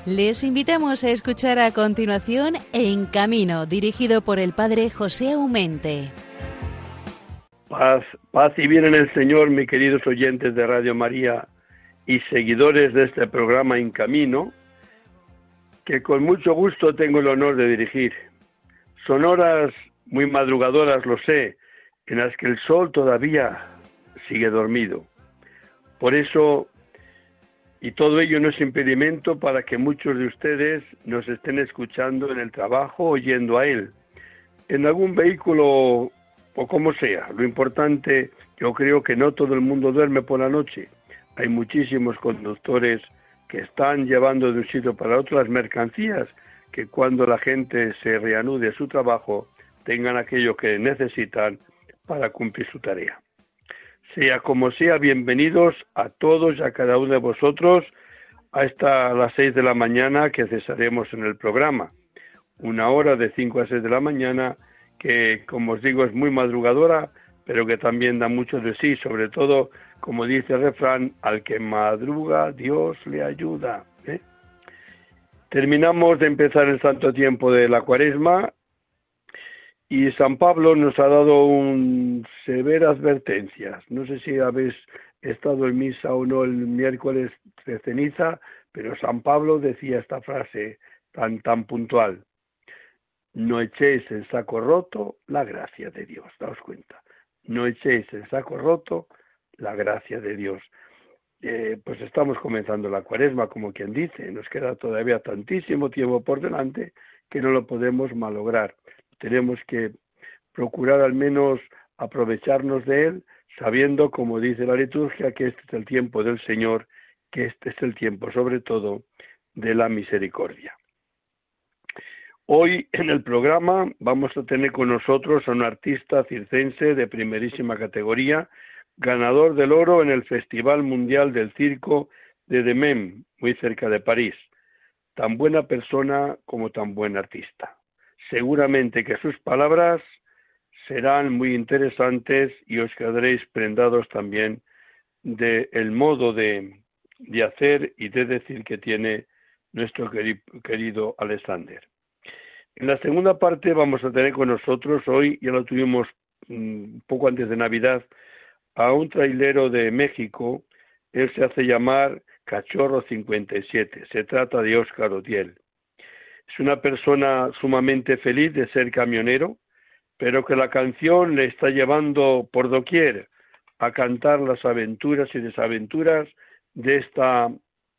Les invitamos a escuchar a continuación En Camino, dirigido por el Padre José Aumente. Paz y bien en el Señor, mis queridos oyentes de Radio María y seguidores de este programa En Camino, que con mucho gusto tengo el honor de dirigir. Son horas muy madrugadoras, lo sé, en las que el sol todavía sigue dormido. Por eso, y todo ello no es impedimento para que muchos de ustedes nos estén escuchando en el trabajo o yendo a él, en algún vehículo o como sea. Lo importante, yo creo que no todo el mundo duerme por la noche. Hay muchísimos conductores que están llevando de un sitio para otro las mercancías, que cuando la gente se reanude su trabajo, tengan aquello que necesitan para cumplir su tarea. Sea como sea, bienvenidos a todos y a cada uno de vosotros a las 6 de la mañana que cesaremos en el programa. Una hora de 5 a 6 de la mañana que, como os digo, es muy madrugadora, pero que también da mucho de sí, sobre todo, como dice el refrán, al que madruga, Dios le ayuda. Terminamos de empezar el santo tiempo de la Cuaresma y San Pablo nos ha dado severas advertencias. No sé si habéis estado en misa o no el miércoles de ceniza, pero San Pablo decía esta frase tan puntual: no echéis en saco roto la gracia de Dios. Daos cuenta, no echéis en saco roto la gracia de Dios. Pues estamos comenzando la Cuaresma, como quien dice, nos queda todavía tantísimo tiempo por delante que no lo podemos malograr. Tenemos que procurar al menos aprovecharnos de él, sabiendo, como dice la liturgia, que este es el tiempo del Señor, que este es el tiempo, sobre todo, de la misericordia. Hoy en el programa vamos a tener con nosotros a un artista circense de primerísima categoría, ganador del oro en el Festival Mundial del Circo de Demem, muy cerca de París. Tan buena persona como tan buen artista. Seguramente que sus palabras serán muy interesantes y os quedaréis prendados también del modo de hacer y de decir que tiene nuestro querido Alexander. En la segunda parte vamos a tener con nosotros hoy, ya lo tuvimos un poco antes de Navidad, a un trailero de México. Él se hace llamar Cachorro 57. Se trata de Óscar Odiel. Es una persona sumamente feliz de ser camionero, pero que la canción le está llevando por doquier a cantar las aventuras y desaventuras de esta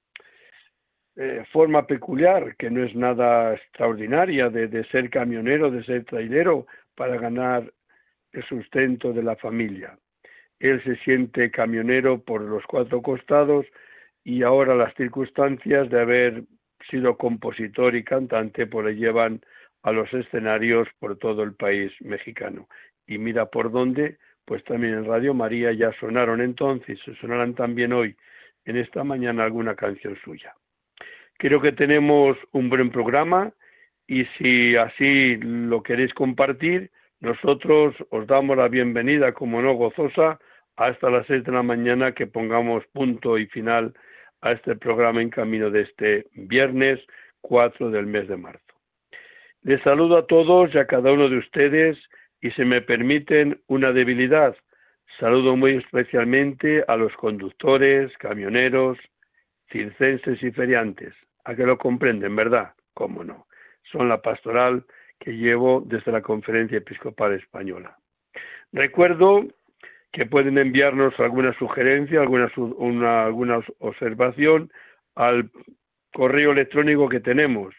forma peculiar, que no es nada extraordinaria, de ser camionero, de ser trailero, para ganar el sustento de la familia. Él se siente camionero por los cuatro costados y ahora las circunstancias de haber sido compositor y cantante pues le llevan a los escenarios por todo el país mexicano. Y mira por dónde, pues también en Radio María ya sonaron entonces, se sonarán también hoy, en esta mañana, alguna canción suya. Creo que tenemos un buen programa y si así lo queréis compartir, nosotros os damos la bienvenida, como no gozosa, hasta las 6 de la mañana, que pongamos punto y final a este programa En Camino de este viernes 4 del mes de marzo. Les saludo a todos y a cada uno de ustedes y, si me permiten, una debilidad. Saludo muy especialmente a los conductores, camioneros, circenses y feriantes. A que lo comprenden, ¿verdad? ¿Cómo no? Son la pastoral que llevo desde la Conferencia Episcopal Española. Recuerdo que pueden enviarnos alguna sugerencia, alguna observación al correo electrónico que tenemos,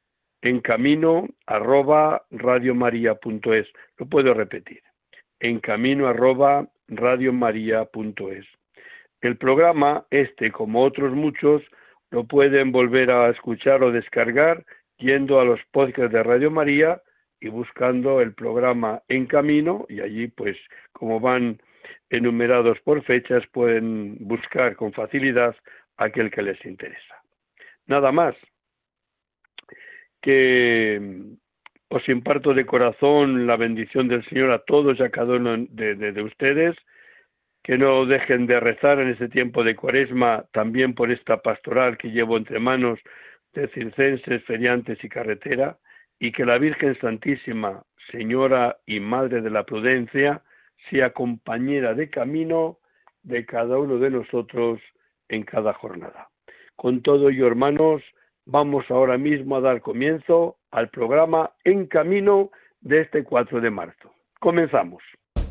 encamino@radiomaria.es. Lo puedo repetir, encamino@radiomaria.es. El programa, como otros muchos, lo pueden volver a escuchar o descargar yendo a los podcasts de Radio María y buscando el programa En Camino, y allí, pues, como van enumerados por fechas, pueden buscar con facilidad aquel que les interesa. Nada más, que os imparto de corazón la bendición del Señor a todos y a cada uno de ustedes, que no dejen de rezar en este tiempo de Cuaresma, también por esta pastoral que llevo entre manos de circenses, feriantes y carretera, y que la Virgen Santísima, Señora y Madre de la Prudencia, sea compañera de camino de cada uno de nosotros en cada jornada. Con todo ello, hermanos, vamos ahora mismo a dar comienzo al programa En Camino de este 4 de marzo. Comenzamos.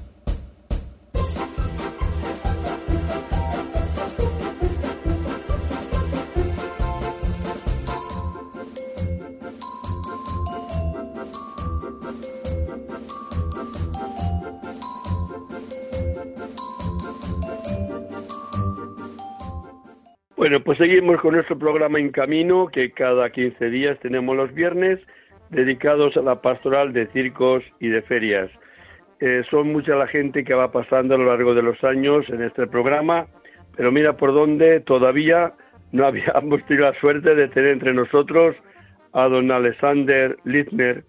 Bueno, pues seguimos con nuestro programa En Camino, que cada 15 días tenemos los viernes, dedicados a la pastoral de circos y de ferias. Son mucha la gente que va pasando a lo largo de los años en este programa, pero mira por dónde todavía no habíamos tenido la suerte de tener entre nosotros a don Alexander Littner,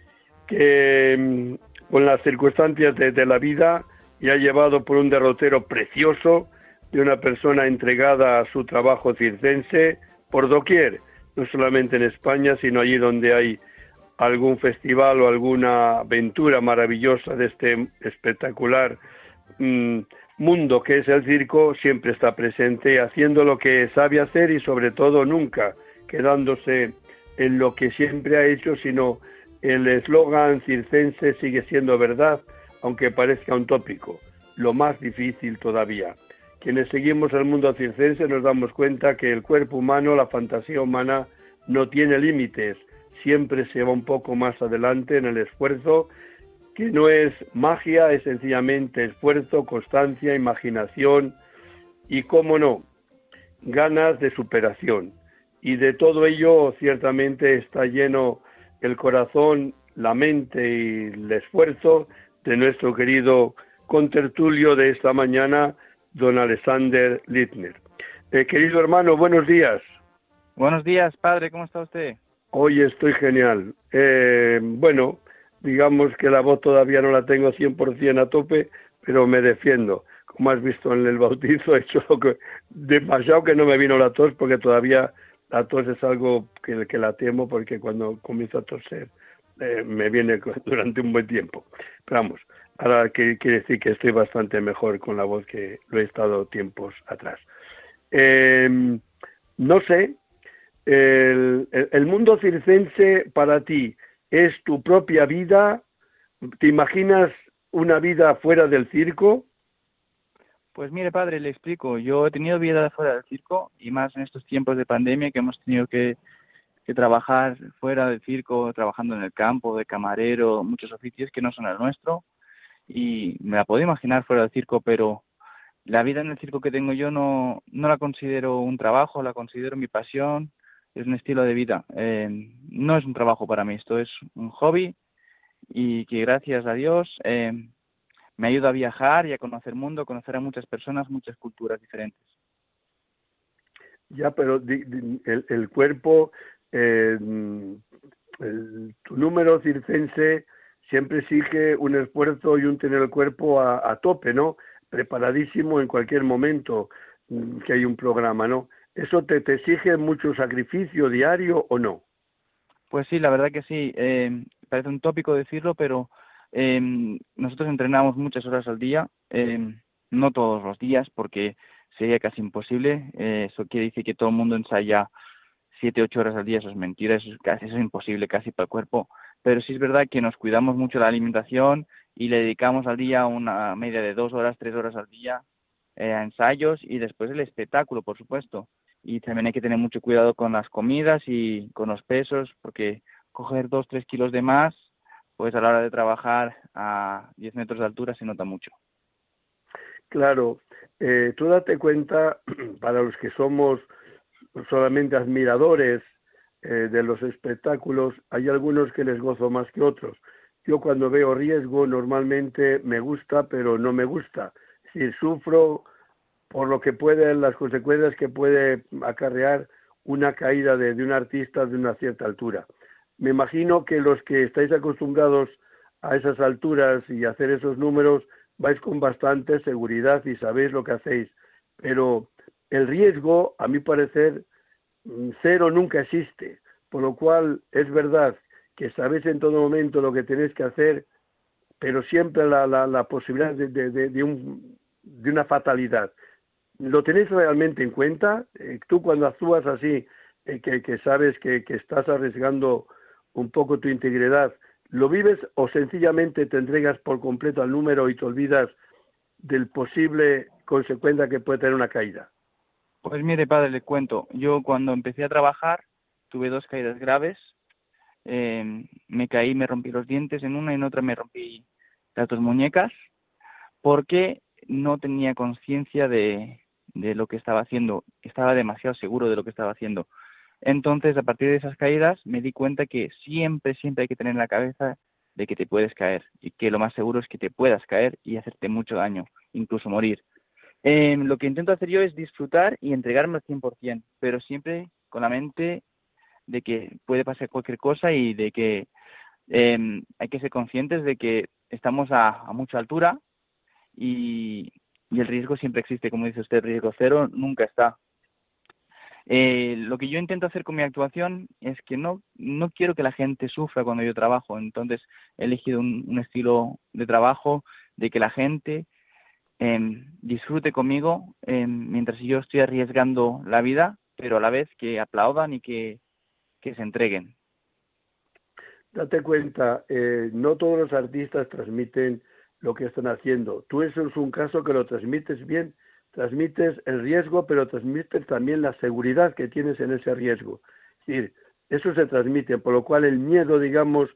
que con las circunstancias de la vida y ha llevado por un derrotero precioso de una persona entregada a su trabajo circense por doquier, no solamente en España, sino allí donde hay algún festival o alguna aventura maravillosa de este espectacular mundo que es el circo, siempre está presente haciendo lo que sabe hacer y sobre todo nunca quedándose en lo que siempre ha hecho, sino el eslogan circense sigue siendo verdad, aunque parezca un tópico, lo más difícil todavía. Quienes seguimos el mundo circense nos damos cuenta que el cuerpo humano, la fantasía humana, no tiene límites, siempre se va un poco más adelante en el esfuerzo, que no es magia, es sencillamente esfuerzo, constancia, imaginación y, cómo no, ganas de superación. Y de todo ello ciertamente está lleno el corazón, la mente y el esfuerzo de nuestro querido contertulio de esta mañana, don Alexander Littner. Querido hermano, buenos días. Buenos días, padre, ¿cómo está usted? Hoy estoy genial. Bueno, digamos que la voz todavía no la tengo 100% a tope, pero me defiendo. Como has visto en el bautizo, he hecho lo que demasiado que no me vino la tos, porque todavía la tos es algo que la temo, porque cuando comienzo a toser me viene durante un buen tiempo. Pero vamos, ahora quiere decir que estoy bastante mejor con la voz que lo he estado tiempos atrás. No sé, el mundo circense para ti es tu propia vida. ¿Te imaginas una vida fuera del circo? Pues mire, padre, le explico. Yo he tenido vida fuera del circo y más en estos tiempos de pandemia que hemos tenido que trabajar fuera del circo, trabajando en el campo, de camarero, muchos oficios que no son el nuestro. Y me la puedo imaginar fuera del circo, pero la vida en el circo que tengo yo no la considero un trabajo, la considero mi pasión, es un estilo de vida. No es un trabajo para mí, esto es un hobby y que gracias a Dios me ayuda a viajar y a conocer el mundo, a conocer a muchas personas, muchas culturas diferentes. Ya, pero el cuerpo, tu número circense siempre exige un esfuerzo y un tener el cuerpo a tope, ¿no? Preparadísimo en cualquier momento que hay un programa, ¿no? ¿Eso te exige mucho sacrificio diario o no? Pues sí, la verdad que sí. Parece un tópico decirlo, pero nosotros entrenamos muchas horas al día, no todos los días porque sería casi imposible. Eso quiere decir que todo el mundo ensaya 7, 8 horas al día, eso es mentira, eso es imposible casi para el cuerpo. Pero sí es verdad que nos cuidamos mucho la alimentación y le dedicamos al día una media de 2 horas, 3 horas al día a ensayos y después el espectáculo, por supuesto. Y también hay que tener mucho cuidado con las comidas y con los pesos, porque coger 2, 3 kilos de más, pues a la hora de trabajar a 10 metros de altura se nota mucho. Claro, tú date cuenta, para los que somos solamente admiradores de los espectáculos, hay algunos que les gozo más que otros. Yo cuando veo riesgo normalmente me gusta, pero no me gusta. Si sufro por lo que pueden, las consecuencias que puede acarrear una caída de un artista de una cierta altura. Me imagino que los que estáis acostumbrados a esas alturas y a hacer esos números vais con bastante seguridad y sabéis lo que hacéis, pero el riesgo, a mi parecer, cero nunca existe, por lo cual es verdad que sabéis en todo momento lo que tenéis que hacer, pero siempre la posibilidad de una fatalidad. ¿Lo tenéis realmente en cuenta? Tú cuando actúas así, que sabes que estás arriesgando un poco tu integridad, ¿lo vives o sencillamente te entregas por completo al número y te olvidas del posible consecuencia que puede tener una caída? Pues mire, padre, le cuento. Yo cuando empecé a trabajar tuve 2 caídas graves. Me caí, me rompí los dientes en una y en otra me rompí las 2 muñecas porque no tenía conciencia de lo que estaba haciendo. Estaba demasiado seguro de lo que estaba haciendo. Entonces, a partir de esas caídas, me di cuenta que siempre hay que tener en la cabeza de que te puedes caer y que lo más seguro es que te puedas caer y hacerte mucho daño, incluso morir. Lo que intento hacer yo es disfrutar y entregarme al 100%, pero siempre con la mente de que puede pasar cualquier cosa y de que hay que ser conscientes de que estamos a mucha altura y el riesgo siempre existe, como dice usted, riesgo cero nunca está. Lo que yo intento hacer con mi actuación es que no quiero que la gente sufra cuando yo trabajo, entonces he elegido un estilo de trabajo de que la gente disfrute conmigo mientras yo estoy arriesgando la vida, pero a la vez que aplaudan y que se entreguen. Date cuenta, no todos los artistas transmiten lo que están haciendo. Tú eso es un caso que lo transmites bien, transmites el riesgo, pero transmites también la seguridad que tienes en ese riesgo. Es decir, eso se transmite, por lo cual el miedo, digamos,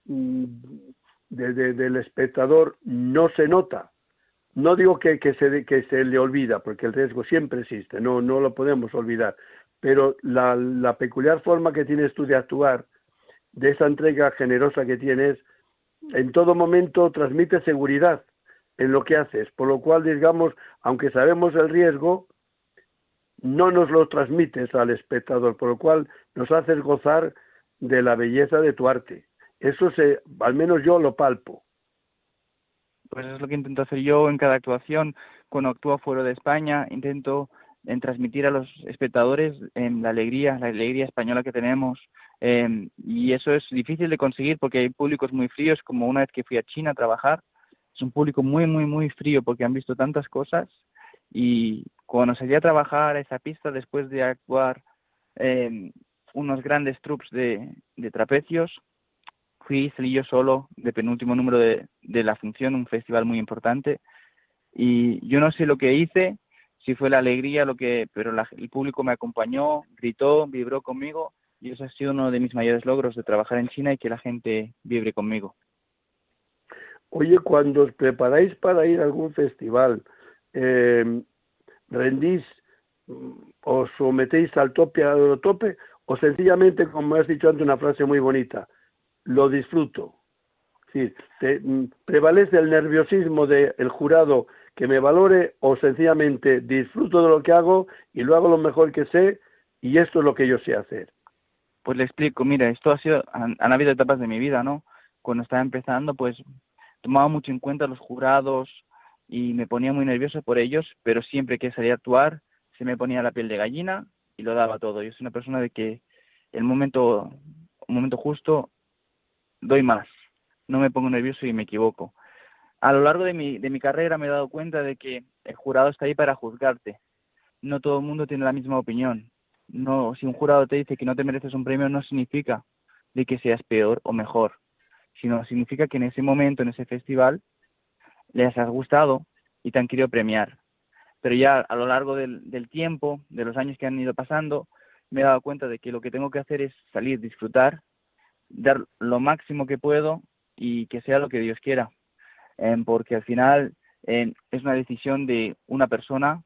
del espectador no se nota. No digo que se le olvida, porque el riesgo siempre existe, no lo podemos olvidar, pero la peculiar forma que tienes tú de actuar, de esa entrega generosa que tienes, en todo momento transmite seguridad en lo que haces, por lo cual, digamos, aunque sabemos el riesgo, no nos lo transmites al espectador, por lo cual nos haces gozar de la belleza de tu arte. Eso al menos yo lo palpo. Pues es lo que intento hacer yo en cada actuación. Cuando actúo fuera de España, intento transmitir a los espectadores la alegría española que tenemos. Y eso es difícil de conseguir porque hay públicos muy fríos, como una vez que fui a China a trabajar. Es un público muy, muy, muy frío porque han visto tantas cosas. Y cuando salí a trabajar a esa pista, después de actuar unos grandes troupes de trapecios, salí yo solo de penúltimo número de la función, un festival muy importante, y yo no sé lo que hice, si fue la alegría, pero el público me acompañó, gritó, vibró conmigo, y eso ha sido uno de mis mayores logros de trabajar en China y que la gente vibre conmigo. Oye, cuando os preparáis para ir a algún festival, ¿rendís, os sometéis al tope, o sencillamente, como has dicho antes, una frase muy bonita, lo disfruto? Es decir, ¿prevalece el nerviosismo del jurado que me valore o sencillamente disfruto de lo que hago y lo hago lo mejor que sé y esto es lo que yo sé hacer? Pues le explico, mira, han habido etapas de mi vida, ¿no? Cuando estaba empezando, pues tomaba mucho en cuenta los jurados y me ponía muy nervioso por ellos, pero siempre que salía a actuar se me ponía la piel de gallina y lo daba todo. Yo soy una persona de que un momento justo doy más, no me pongo nervioso y me equivoco. A lo largo de mi carrera me he dado cuenta de que el jurado está ahí para juzgarte. No todo el mundo tiene la misma opinión. No, si un jurado te dice que no te mereces un premio, no significa de que seas peor o mejor, sino significa que en ese momento, en ese festival, les has gustado y te han querido premiar. Pero ya a lo largo del tiempo, de los años que han ido pasando, me he dado cuenta de que lo que tengo que hacer es salir, disfrutar, dar lo máximo que puedo y que sea lo que Dios quiera. Porque al final es una decisión de una persona.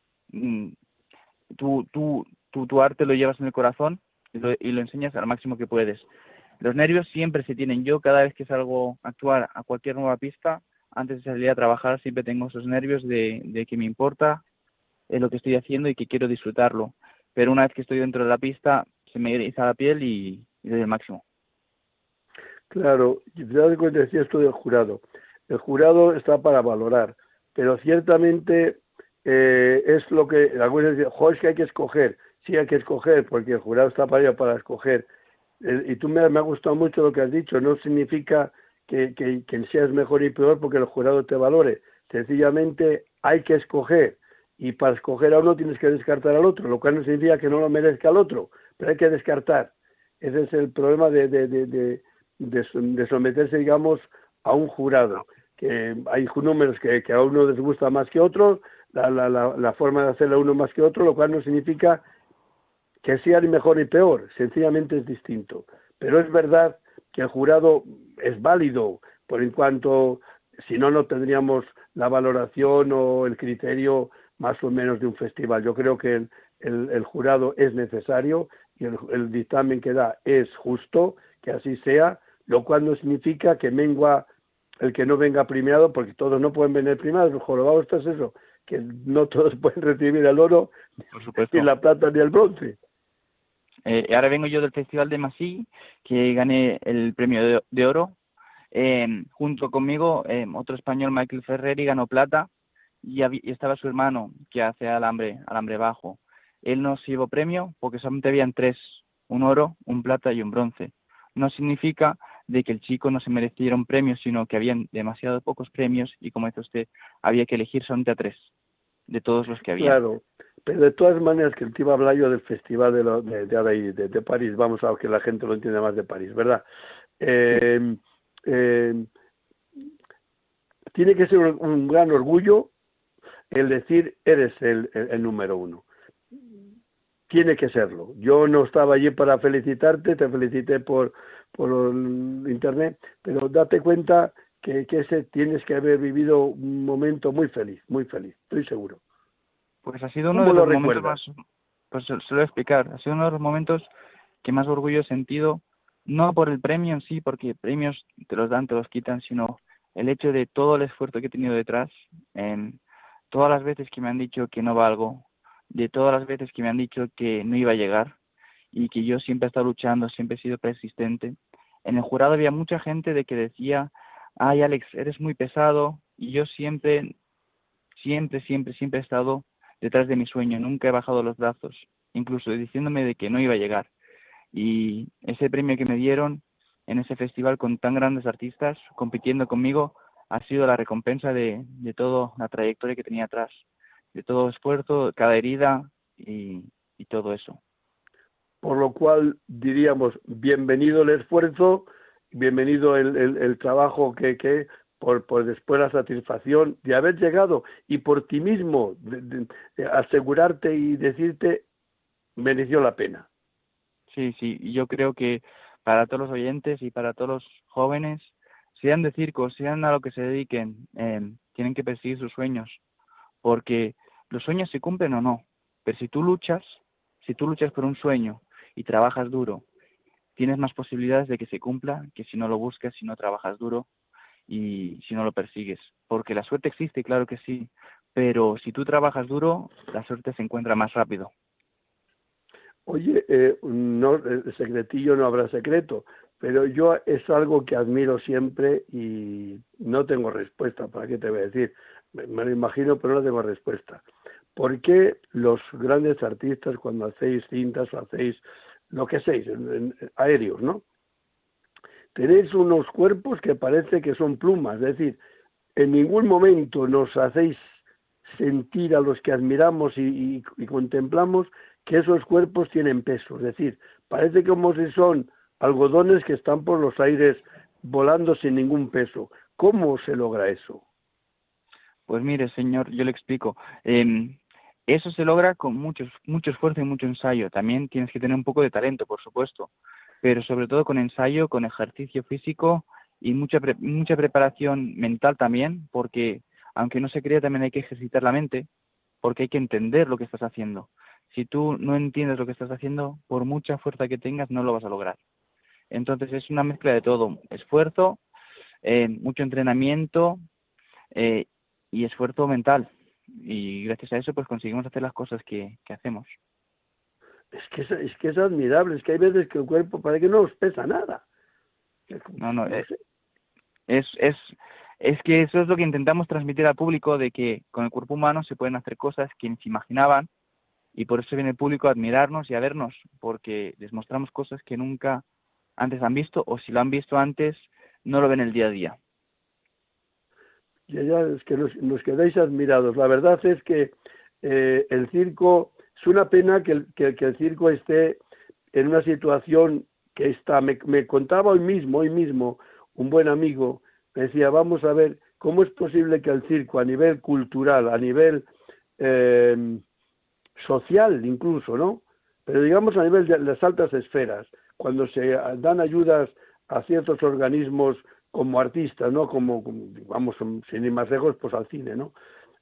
Tu arte lo llevas en el corazón y lo enseñas al máximo que puedes. Los nervios siempre se tienen. Yo cada vez que salgo a actuar a cualquier nueva pista, antes de salir a trabajar, siempre tengo esos nervios de que me importa lo que estoy haciendo y que quiero disfrutarlo. Pero una vez que estoy dentro de la pista, se me eriza la piel y doy el máximo. Claro, ya que decía esto del jurado. El jurado está para valorar, pero ciertamente es lo que algunos dicen, es que hay que escoger. sí hay que escoger, porque el jurado está para ello, para escoger. Y tú me ha gustado mucho lo que has dicho, no significa que seas mejor y peor porque el jurado te valore, sencillamente hay que escoger, y para escoger a uno tienes que descartar al otro, lo cual no significa que no lo merezca al otro, pero hay que descartar. Ese es el problema de someterse, digamos, a un jurado, que hay números que a uno les gusta más que a otros, la forma de hacerlo a uno más que a otro, lo cual no significa que sea ni mejor ni peor, sencillamente es distinto. Pero es verdad que el jurado es válido, por en cuanto, si no, no tendríamos la valoración o el criterio más o menos de un festival. Yo creo que el jurado es necesario y el dictamen que da es justo, que así sea, lo cual no significa que mengua el que no venga premiado, porque todos no pueden venir premiados. El jorobado esto es eso, que no todos pueden recibir el oro, Por supuesto. ni la plata, ni el bronce. Ahora vengo yo del Festival de Massy, que gané el premio de oro. Junto conmigo, otro español, Michael Ferreri, ganó plata, y estaba su hermano, que hace alambre bajo. Él no se llevó premio porque solamente habían 3, un oro, un plata y un bronce. No significa de que el chico no se mereciera un premio, sino que habían demasiado pocos premios y, como dice usted, había que elegir solamente a 3 de todos los que había. Claro, pero de todas maneras que te iba a hablar yo del festival de París, vamos a ver que la gente lo entiende más de París, ¿verdad? Eh, eh, Tiene que ser un gran orgullo el decir eres el número uno. Tiene que serlo. Yo no estaba allí para felicitarte, te felicité por internet, pero date cuenta que ese tienes que haber vivido un momento muy feliz, estoy seguro. Pues ha sido uno ¿Cómo de lo los momentos recuerdas? más, pues se lo voy a explicar, ha sido uno de los momentos que más orgullo he sentido, no por el premio en sí, porque premios te los dan, te los quitan, sino el hecho de todo el esfuerzo que he tenido detrás, en todas las veces que me han dicho que no valgo, de todas las veces que me han dicho que no iba a llegar y que yo siempre he estado luchando, siempre he sido persistente. En el jurado había mucha gente de que decía, ay Alex, eres muy pesado, y yo siempre he estado detrás de mi sueño, nunca he bajado los brazos, incluso diciéndome de que no iba a llegar. Y ese premio que me dieron en ese festival con tan grandes artistas compitiendo conmigo ha sido la recompensa de toda la trayectoria que tenía atrás, de todo esfuerzo, cada herida y todo eso. Por lo cual diríamos, bienvenido el esfuerzo, bienvenido el trabajo por después la satisfacción de haber llegado y por ti mismo de asegurarte y decirte, mereció la pena. Sí, y yo creo que para todos los oyentes y para todos los jóvenes, sean de circo, sean a lo que se dediquen, tienen que perseguir sus sueños, porque los sueños se cumplen o no, pero si tú luchas por un sueño y trabajas duro, tienes más posibilidades de que se cumpla que si no lo buscas, si no trabajas duro y si no lo persigues, porque la suerte existe, claro que sí, pero si tú trabajas duro, la suerte se encuentra más rápido. Oye, no, el secretillo no habrá secreto, pero yo es algo que admiro siempre y no tengo respuesta. ¿Para qué te voy a decir? Me lo imagino, pero no tengo respuesta. ¿Por qué los grandes artistas, cuando hacéis cintas o hacéis lo que hacéis, aéreos, ¿no? Tenéis unos cuerpos que parece que son plumas, es decir, en ningún momento nos hacéis sentir a los que admiramos y contemplamos que esos cuerpos tienen peso, es decir, parece como si son algodones que están por los aires volando sin ningún peso. ¿Cómo se logra eso? Pues mire, señor, yo le explico. Eso se logra con mucho esfuerzo y mucho ensayo. También tienes que tener un poco de talento, por supuesto, pero sobre todo con ensayo, con ejercicio físico y mucha preparación mental también, porque aunque no se crea, también hay que ejercitar la mente, porque hay que entender lo que estás haciendo. Si tú no entiendes lo que estás haciendo, por mucha fuerza que tengas, no lo vas a lograr. Entonces es una mezcla de todo, esfuerzo, mucho entrenamiento eh, y esfuerzo mental. Y gracias a eso pues conseguimos hacer las cosas que hacemos. Es que es admirable, es que hay veces que el cuerpo parece que no os pesa nada. No sé. es que eso es lo que intentamos transmitir al público, de que con el cuerpo humano se pueden hacer cosas que ni se imaginaban y por eso viene el público a admirarnos y a vernos, porque les mostramos cosas que nunca antes han visto, o si lo han visto antes, no lo ven el día a día. Ya es que nos quedáis admirados. La verdad es que el circo, es una pena que el circo esté en una situación que está. Me contaba hoy mismo, un buen amigo, me decía, vamos a ver, ¿cómo es posible que el circo a nivel cultural, a nivel social incluso, ¿no? Pero digamos a nivel de las altas esferas, cuando se dan ayudas a ciertos organismos como artistas, ¿no? Como vamos, sin ir más lejos, pues al cine, ¿no?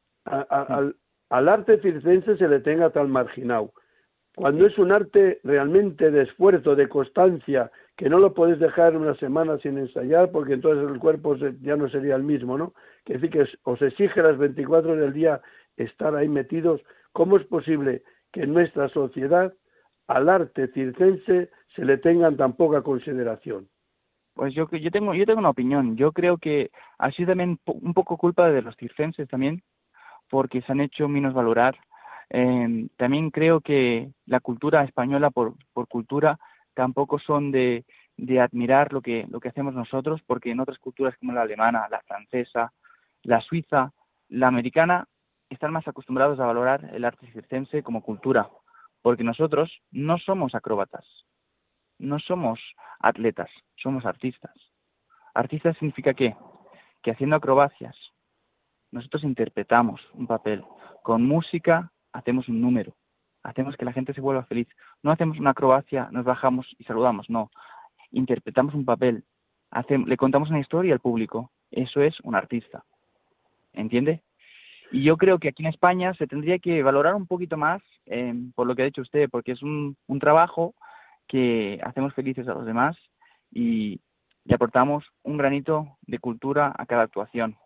Al arte circense se le tenga tan marginado. Cuando es un arte realmente de esfuerzo, de constancia, que no lo puedes dejar una semana sin ensayar, porque entonces el cuerpo ya no sería el mismo, ¿no? Que decir que os exige las 24 horas del día estar ahí metidos. ¿Cómo es posible que en nuestra sociedad al arte circense se le tengan tan poca consideración? Pues yo tengo una opinión. Yo creo que ha sido también un poco culpa de los circenses también, porque se han hecho minusvalorar. También creo que la cultura española, por cultura, tampoco son de admirar lo que hacemos nosotros, porque en otras culturas como la alemana, la francesa, la suiza, la americana, están más acostumbrados a valorar el arte circense como cultura, porque nosotros no somos acróbatas, no somos atletas, somos artistas. Artistas significa ¿qué? Que haciendo acrobacias nosotros interpretamos un papel. Con música hacemos un número, hacemos que la gente se vuelva feliz. No hacemos una acrobacia, nos bajamos y saludamos, no. Interpretamos un papel, le contamos una historia al público. Eso es un artista, ¿entiende? Y yo creo que aquí en España se tendría que valorar un poquito más, por lo que ha dicho usted, porque es un trabajo que hacemos felices a los demás y aportamos un granito de cultura a cada actuación.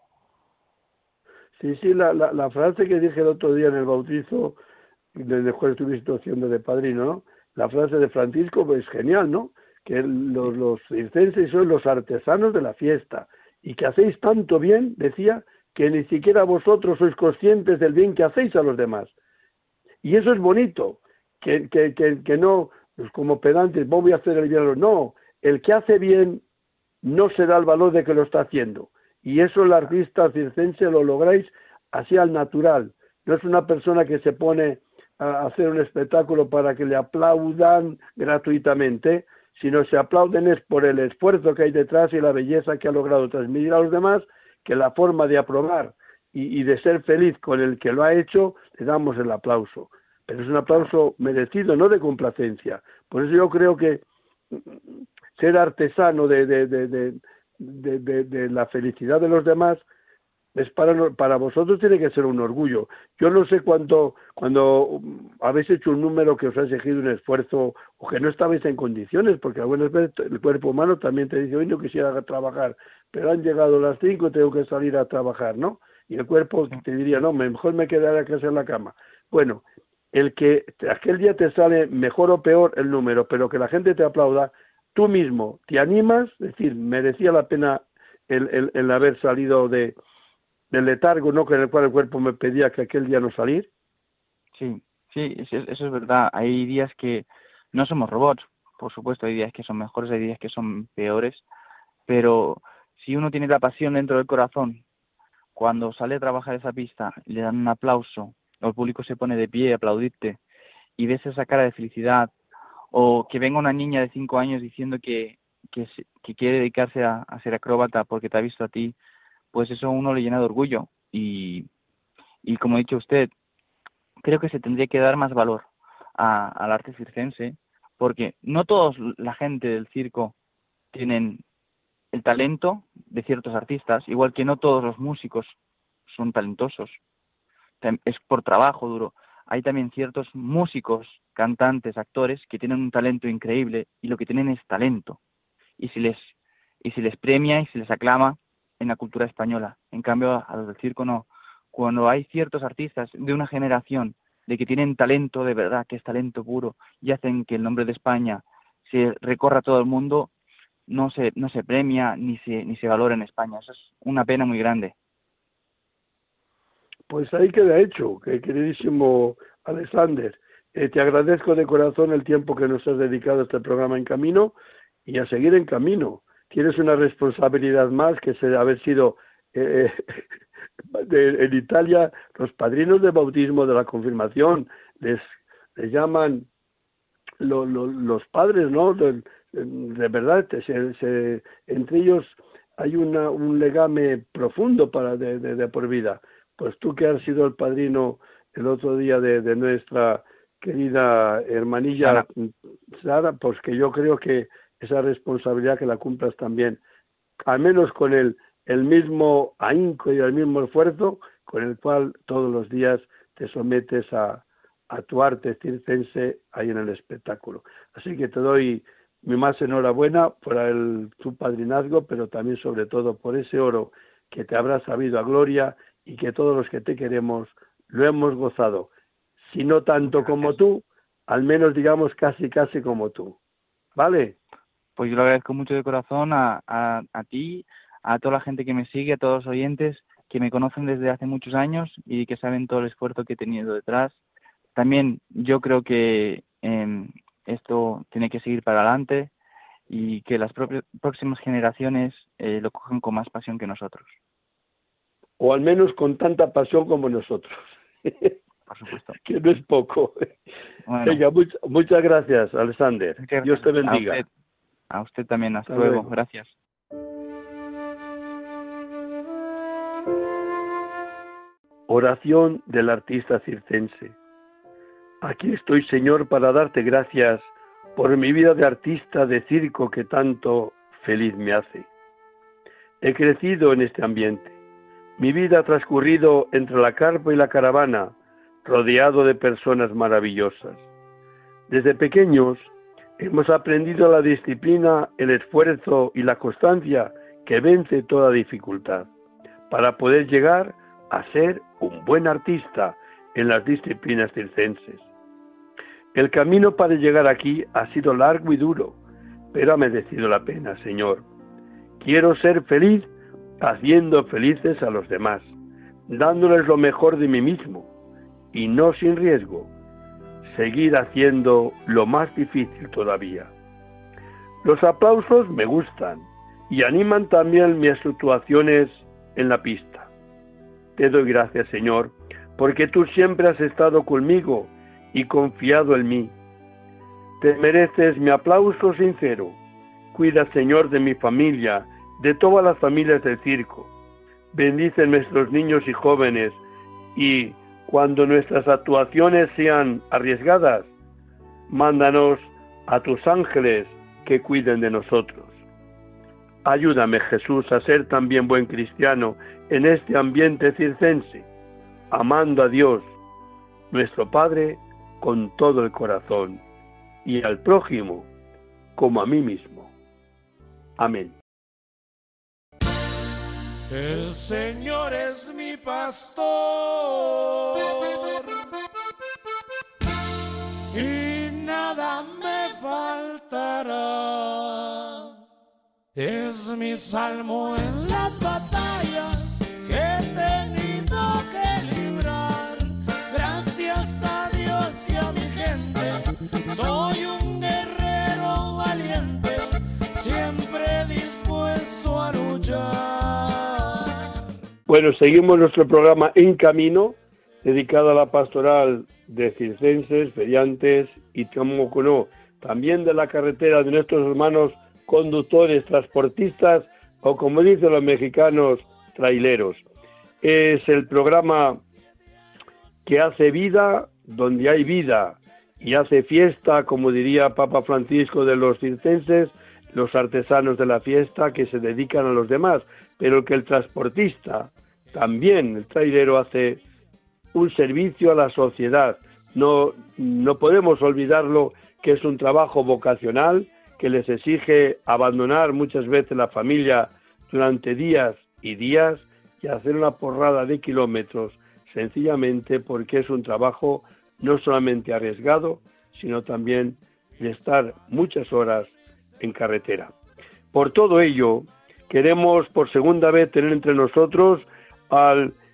Sí, la frase que dije el otro día en el bautizo, desde cuando estuviste haciendo de padrino, ¿no? La frase de Francisco, pues genial, ¿no? Que los circenses son los artesanos de la fiesta y que hacéis tanto bien, decía, que ni siquiera vosotros sois conscientes del bien que hacéis a los demás. Y eso es bonito, que no, pues como pedantes, voy a hacer el bien. No, el que hace bien no se da el valor de que lo está haciendo. Y eso el artista circense lo lográis así al natural. No es una persona que se pone a hacer un espectáculo para que le aplaudan gratuitamente, sino se aplauden es por el esfuerzo que hay detrás y la belleza que ha logrado transmitir a los demás, que la forma de aprobar y de ser feliz con el que lo ha hecho, le damos el aplauso. Pero es un aplauso merecido, no de complacencia. Por eso yo creo que ser artesano de la felicidad de los demás es para vosotros tiene que ser un orgullo. Yo no sé cuando habéis hecho un número que os ha exigido un esfuerzo o que no estabais en condiciones, porque algunas veces el cuerpo humano también te dice, hoy no quisiera trabajar, pero han llegado las 5 y tengo que salir a trabajar, ¿no? Y el cuerpo te diría, no, mejor me quedaré a casa en la cama. Bueno, el que aquel día te sale mejor o peor el número, pero que la gente te aplauda, tú mismo te animas, es decir, merecía la pena el haber salido del letargo, ¿no?, con el cual el cuerpo me pedía que aquel día no salir. Sí, eso es verdad. Hay días que no somos robots, por supuesto, hay días que son mejores, hay días que son peores, pero si uno tiene la pasión dentro del corazón, cuando sale a trabajar esa pista, le dan un aplauso, o el público se pone de pie a aplaudirte, y ves esa cara de felicidad, o que venga una niña de 5 años diciendo que quiere dedicarse a ser acróbata porque te ha visto a ti, pues eso a uno le llena de orgullo. Y como ha dicho usted, creo que se tendría que dar más valor al arte circense, porque no toda la gente del circo tienen el talento de ciertos artistas, igual que no todos los músicos son talentosos. Es por trabajo duro. Hay también ciertos músicos, cantantes, actores que tienen un talento increíble y lo que tienen es talento. Y se les premia y se les aclama en la cultura española. En cambio, a los del circo no. Cuando hay ciertos artistas de una generación de que tienen talento de verdad, que es talento puro, y hacen que el nombre de España se recorra todo el mundo, no se premia ni se valora en España. Eso es una pena muy grande. Pues ahí queda hecho, que queridísimo Alexander. Te agradezco de corazón el tiempo que nos has dedicado a este programa En Camino y a seguir en camino. Tienes una responsabilidad más, que es haber sido en Italia los padrinos de bautismo, de la confirmación. Les llaman los padres, ¿no? De verdad, entre ellos hay un legame profundo de por vida. Pues tú, que has sido el padrino el otro día de nuestra querida hermanilla Sara, pues que yo creo que esa responsabilidad que la cumplas también, al menos con el mismo ahínco y el mismo esfuerzo con el cual todos los días te sometes a tu arte circense ahí en el espectáculo. Así que te doy mi más enhorabuena por tu padrinazgo, pero también sobre todo por ese oro que te habrá sabido a gloria y que todos los que te queremos lo hemos gozado. Si no tanto como tú, al menos digamos casi como tú. ¿Vale? Pues yo lo agradezco mucho de corazón a ti, a toda la gente que me sigue, a todos los oyentes que me conocen desde hace muchos años y que saben todo el esfuerzo que he tenido detrás. También yo creo que esto tiene que seguir para adelante y que las próximas generaciones lo cogen con más pasión que nosotros. O al menos con tanta pasión como nosotros. Por supuesto. Que no es poco. Bueno, venga, muchas gracias, Alexander. Gracias. Dios te bendiga. A usted también. Hasta luego. Gracias. Oración del artista circense. Aquí estoy, Señor, para darte gracias por mi vida de artista de circo que tanto feliz me hace. He crecido en este ambiente. Mi vida ha transcurrido entre la carpa y la caravana, rodeado de personas maravillosas. Desde pequeños hemos aprendido la disciplina, el esfuerzo y la constancia que vence toda dificultad, para poder llegar a ser un buen artista en las disciplinas circenses. El camino para llegar aquí ha sido largo y duro, pero ha merecido la pena, Señor. Quiero ser feliz haciendo felices a los demás, dándoles lo mejor de mí mismo, y no sin riesgo, seguir haciendo lo más difícil todavía. Los aplausos me gustan y animan también mis actuaciones en la pista. Te doy gracias, Señor, porque tú siempre has estado conmigo y confiado en mí. Te mereces mi aplauso sincero. Cuida, Señor, de mi familia, de todas las familias del circo. Bendice a nuestros niños y jóvenes, y cuando nuestras actuaciones sean arriesgadas, mándanos a tus ángeles que cuiden de nosotros. Ayúdame, Jesús, a ser también buen cristiano en este ambiente circense, amando a Dios, nuestro Padre, con todo el corazón, y al prójimo como a mí mismo. Amén. El Señor es mi pastor y nada me faltará. Es mi salmo en las batallas que he tenido que librar. Gracias a Dios y a mi gente, soy un guerrero valiente, siempre dispuesto a luchar. Bueno, seguimos nuestro programa En Camino, dedicado a la pastoral de circenses, feriantes y también de la carretera, de nuestros hermanos conductores, transportistas o, como dicen los mexicanos, traileros. Es el programa que hace vida donde hay vida y hace fiesta, como diría Papa Francisco, de los circenses, los artesanos de la fiesta que se dedican a los demás, pero que el transportista, también el trailero, hace un servicio a la sociedad. No podemos olvidarlo, que es un trabajo vocacional que les exige abandonar muchas veces la familia durante días y días y hacer una porrada de kilómetros, sencillamente porque es un trabajo no solamente arriesgado, sino también de estar muchas horas en carretera. Por todo ello, queremos por segunda vez tener entre nosotros al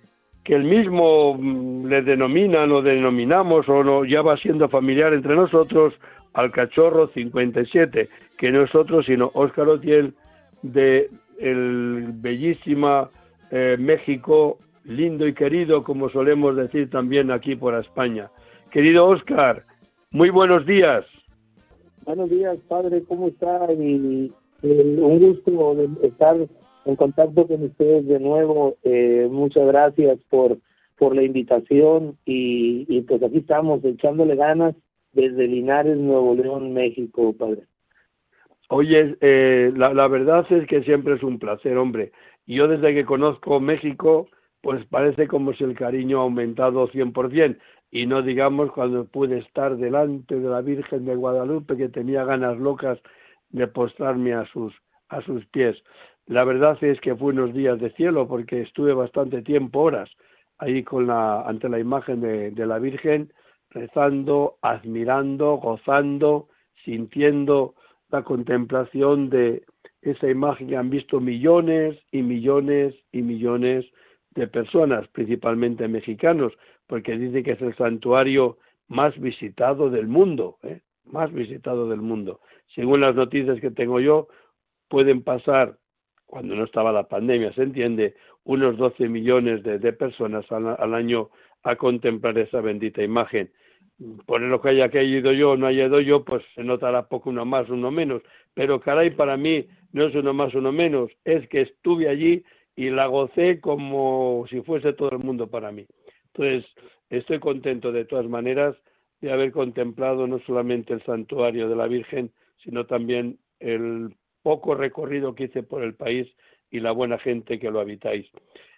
que el mismo le denominan o denominamos o no, ya va siendo familiar entre nosotros, al Cachorro 57, que no es otro sino Óscar Otiel de el bellísima México, lindo y querido, como solemos decir también aquí por España. Querido Óscar, muy buenos días. Buenos días, padre, ¿cómo está? Y un gusto de estar en contacto con ustedes de nuevo. Muchas gracias por la invitación y pues aquí estamos echándole ganas desde Linares, Nuevo León, México, padre. Oye, la verdad es que siempre es un placer, hombre. Yo desde que conozco México, pues parece como si el cariño ha aumentado 100%. Y no digamos cuando pude estar delante de la Virgen de Guadalupe, que tenía ganas locas de postrarme a sus pies. La verdad es que fue unos días de cielo, porque estuve bastante tiempo, horas, ahí ante la imagen de la Virgen, rezando, admirando, gozando, sintiendo la contemplación de esa imagen que han visto millones y millones y millones de personas, principalmente mexicanos, porque dice que es el santuario más visitado del mundo, más visitado del mundo. Según las noticias que tengo yo, pueden pasar, cuando no estaba la pandemia, se entiende, unos 12 millones de personas al año a contemplar esa bendita imagen. Por lo que haya ido yo o no haya ido yo, pues se notará poco, uno más, uno menos. Pero caray, para mí no es uno más, uno menos, es que estuve allí y la gocé como si fuese todo el mundo para mí. Entonces, estoy contento de todas maneras de haber contemplado no solamente el santuario de la Virgen, sino también el poco recorrido que hice por el país y la buena gente que lo habitáis.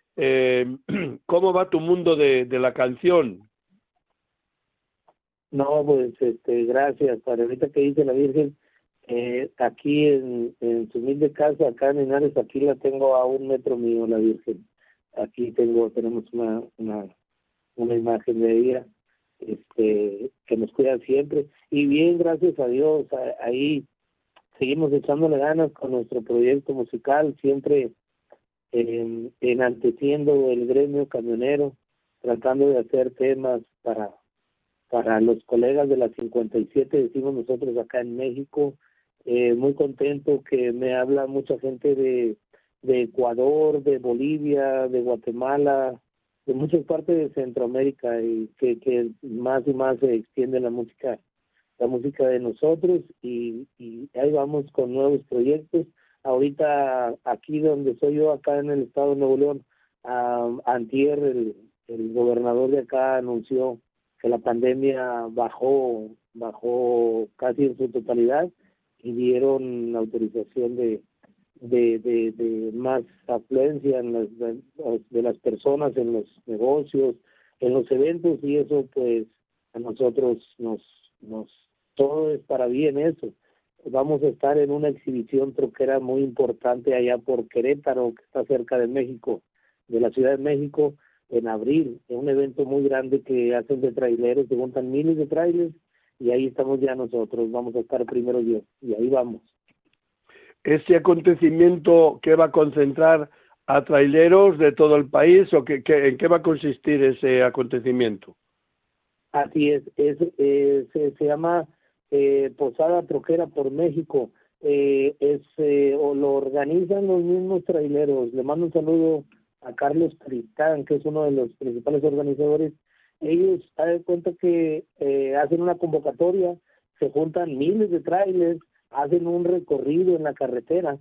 ¿Cómo va tu mundo de la canción? No, pues gracias, padre. Ahorita que dice la Virgen, aquí en su humilde casa, acá en Linares, aquí la tengo a 1 metro mío, la Virgen. Aquí tenemos una imagen de ella, que nos cuida siempre. Y bien, gracias a Dios, ahí seguimos echándole ganas con nuestro proyecto musical, siempre enalteciendo el gremio camionero, tratando de hacer temas para los colegas de la 57, decimos nosotros acá en México. Muy contento que me habla mucha gente de Ecuador, de Bolivia, de Guatemala, de muchas partes de Centroamérica, y que más y más se extiende la música de nosotros, y ahí vamos con nuevos proyectos. Ahorita aquí donde soy yo, acá en el estado de Nuevo León, antier el gobernador de acá anunció que la pandemia bajó casi en su totalidad, y dieron autorización de más afluencia de las personas en los negocios, en los eventos, y eso pues a nosotros nos todo es para bien eso. Vamos a estar en una exhibición troquera muy importante allá por Querétaro, que está cerca de México, de la Ciudad de México, en abril. Es un evento muy grande que hacen de traileros, se montan miles de trailers, y ahí estamos ya nosotros. Vamos a estar primero Dios, y ahí vamos. ¿Ese acontecimiento qué va a concentrar a traileros de todo el país o en qué va a consistir ese acontecimiento? Así es, se llama Posada Troquera por México. O lo organizan los mismos traileros. Le mando un saludo a Carlos Cristán, que es uno de los principales organizadores. Ellos, haz de cuenta que hacen una convocatoria, se juntan miles de trailers, hacen un recorrido en la carretera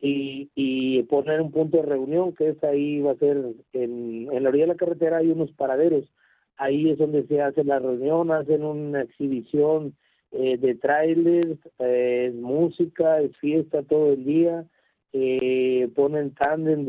y ponen un punto de reunión, que es ahí, va a ser en la orilla de la carretera. Hay unos paraderos, ahí es donde se hace la reunión, hacen una exhibición de trailers, música, es fiesta todo el día, ponen tándem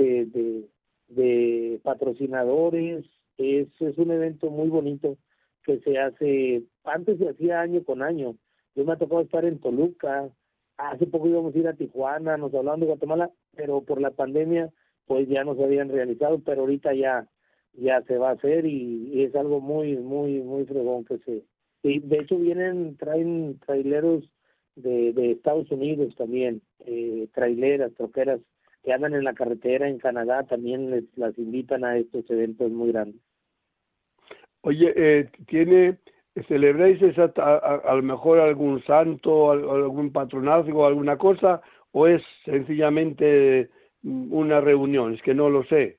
de patrocinadores. Es un evento muy bonito que se hace, antes se hacía año con año. Yo me ha tocado estar en Toluca, hace poco íbamos a ir a Tijuana, nos hablaban de Guatemala, pero por la pandemia pues ya no se habían realizado, pero ahorita ya se va a hacer, y es algo muy, muy, muy fregón que y de hecho traen traileros de Estados Unidos también, traileras, troqueras que andan en la carretera en Canadá también las invitan a estos eventos muy grandes. Oye, ¿celebráis a lo mejor algún santo, algún patronazgo, alguna cosa, o es sencillamente una reunión? Es que no lo sé.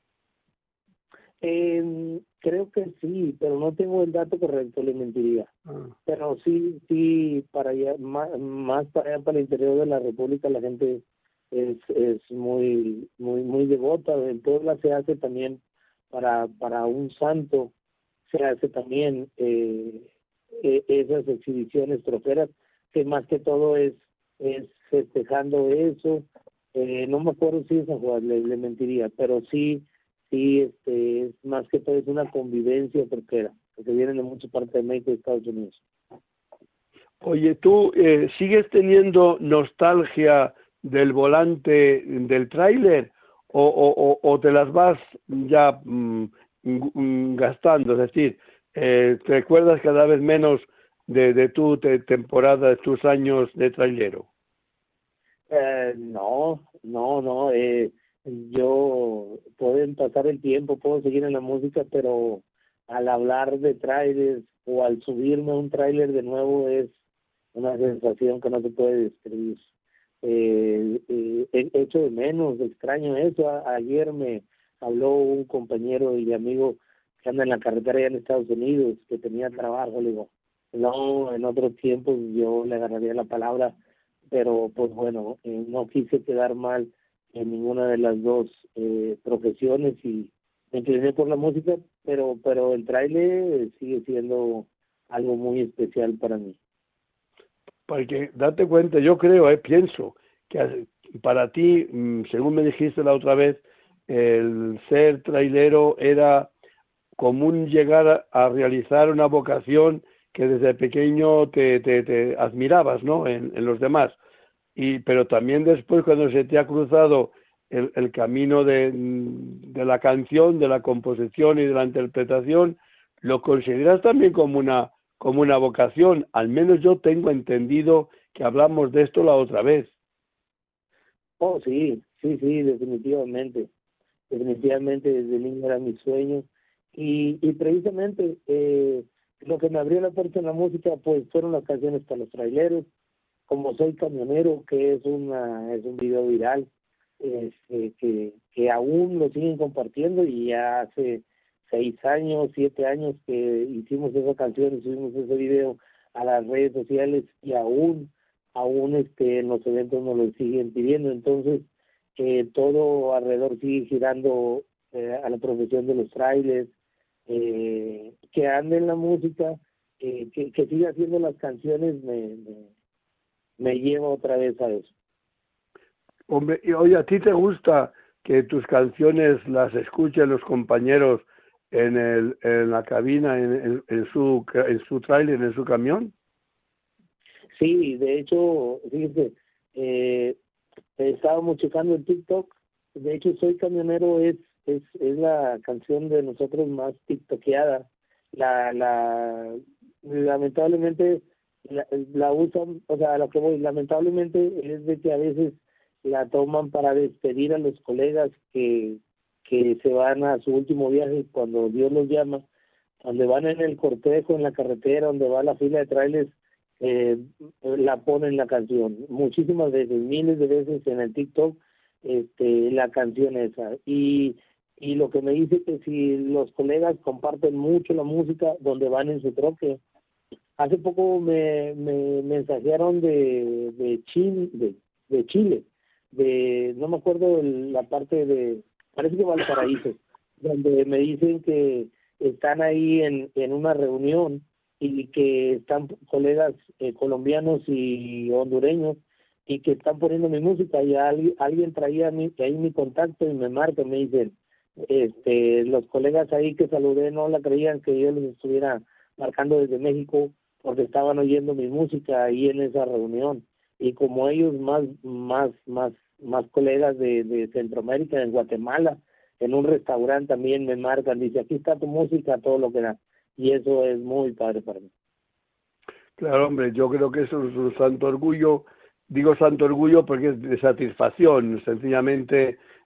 Creo que sí, pero no tengo el dato correcto, le mentiría. Pero sí, para allá, más para allá, para el interior de la República, la gente es muy devota. En Puebla se hace también para un santo, se hace también esas exhibiciones troferas, que más que todo es festejando eso. No me acuerdo si es San Juan, le mentiría, pero sí, es más que todo es una convivencia troquera, porque vienen de mucha parte de México y Estados Unidos. Oye, ¿tú sigues teniendo nostalgia del volante del tráiler o te las vas ya gastando? Es decir, ¿te recuerdas cada vez menos de tu temporada, de tus años de trailero? No. Yo pueden pasar el tiempo, puedo seguir en la música, pero al hablar de trailers o al subirme a un trailer de nuevo es una sensación que no se puede describir. Echo de menos, extraño eso. Ayer me habló un compañero y amigo que anda en la carretera allá en Estados Unidos, que tenía trabajo. Le digo, no, en otros tiempos yo le agarraría la palabra, pero pues bueno, no quise quedar mal en ninguna de las dos profesiones y me incliné por la música, pero el tráiler sigue siendo algo muy especial para mí. Porque date cuenta, yo creo, pienso que para ti, según me dijiste la otra vez, el ser trailero era común llegar a realizar una vocación que desde pequeño te admirabas, ¿no? En los demás. Pero también después, cuando se te ha cruzado el camino de la canción, de la composición y de la interpretación, lo consideras también como una vocación. Al menos yo tengo entendido que hablamos de esto la otra vez. Oh, sí, definitivamente. Definitivamente desde niño era mi sueño. Y precisamente lo que me abrió la puerta en la música pues fueron las canciones para los traileros, como Soy Camionero, que es un video viral, que aún lo siguen compartiendo, y ya hace 7 años que hicimos esa canción y subimos ese video a las redes sociales, y aún en los eventos nos lo siguen pidiendo. Entonces todo alrededor sigue girando a la profesión de los trailers, que ande en la música, que siga haciendo las canciones, me lleva otra vez a eso. Hombre, y oye, ¿a ti te gusta que tus canciones las escuchen los compañeros en la cabina, en su tráiler, en su camión? Sí, de hecho, fíjese, estábamos checando en TikTok. De hecho, Soy Camionero es la canción de nosotros más tiktokeada. Lamentablemente la usan, o sea, a lo que voy, lamentablemente es de que a veces la toman para despedir a los colegas que se van a su último viaje cuando Dios los llama, donde van en el cortejo, en la carretera, donde va la fila de trailers, la ponen la canción muchísimas veces, miles de veces en el TikTok, la canción esa. Y lo que me dice que si los colegas comparten mucho la música donde van en su troque. Hace poco me mensajearon de Chile, no me acuerdo la parte parece que Valparaíso, donde me dicen que están ahí en una reunión y que están colegas colombianos y hondureños, y que están poniendo mi música, y alguien traía ahí mi contacto y me marca, me dicen, los colegas ahí que saludé no la creían que yo les estuviera marcando desde México, porque estaban oyendo mi música ahí en esa reunión, y como ellos más colegas de Centroamérica, en Guatemala, en un restaurante también me marcan, dice, aquí está tu música, todo lo que da, y eso es muy padre para mí. Claro, hombre, yo creo que eso es un santo orgullo. Digo santo orgullo porque es de satisfacción. Sencillamente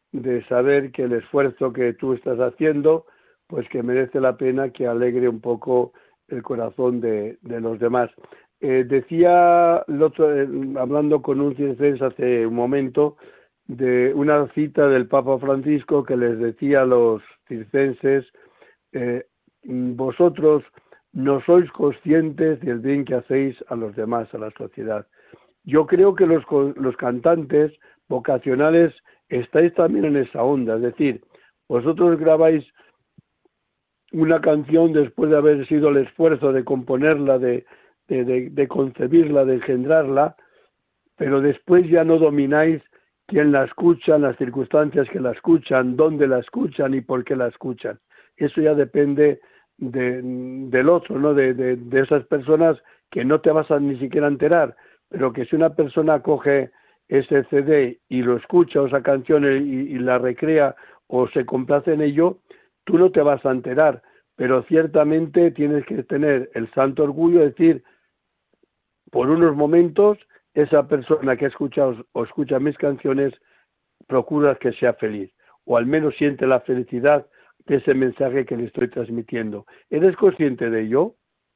de saber que el esfuerzo que tú estás haciendo, pues que merece la pena, que alegre un poco el corazón de los demás. Decía el otro, hablando con un circense hace un momento, de una cita del Papa Francisco que les decía a los circenses, vosotros no sois conscientes del bien que hacéis a los demás, a la sociedad. Yo creo que los cantantes vocacionales estáis también en esa onda, es decir, vosotros grabáis una canción después de haber sido el esfuerzo de componerla, de concebirla, de engendrarla, pero después ya no domináis quién la escucha, las circunstancias que la escuchan, dónde la escuchan y por qué la escuchan. Eso ya depende del otro, ¿no? De esas personas que no te vas a ni siquiera enterar, pero que si una persona coge ese CD y lo escucha, o esa canción, y la recrea o se complace en ello, tú no te vas a enterar, pero ciertamente tienes que tener el santo orgullo de decir, por unos momentos, esa persona que ha escuchado o escucha mis canciones, procura que sea feliz, o al menos siente la felicidad de ese mensaje que le estoy transmitiendo. ¿Eres consciente de ello?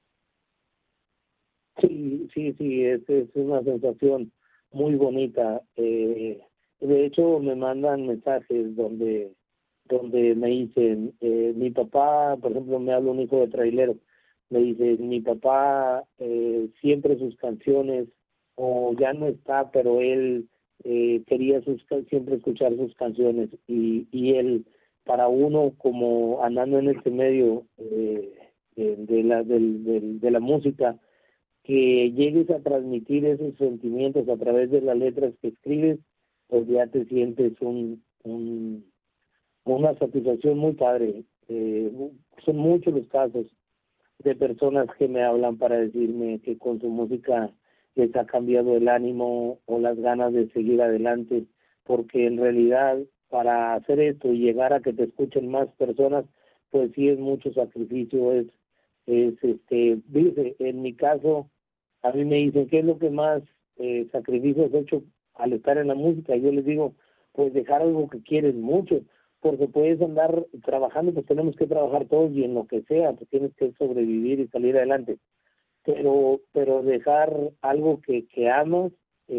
Sí, es una sensación muy bonita. De hecho, me mandan mensajes donde me dicen, mi papá, por ejemplo, me habla un hijo de trailero, me dice, mi papá siempre sus canciones, o ya no está, pero él quería siempre escuchar sus canciones, y él, para uno como andando en este medio de la música, que llegues a transmitir esos sentimientos a través de las letras que escribes, pues ya te sientes una satisfacción muy padre. Son muchos los casos de personas que me hablan para decirme que con su música les ha cambiado el ánimo o las ganas de seguir adelante, porque en realidad para hacer esto y llegar a que te escuchen más personas, pues sí es mucho sacrificio, dice, en mi caso, a mí me dicen, ¿qué es lo que más sacrificio has hecho al estar en la música? Y yo les digo, pues dejar algo que quieres mucho, porque puedes andar trabajando, pues tenemos que trabajar todos y en lo que sea, pues tienes que sobrevivir y salir adelante, pero dejar algo que amas,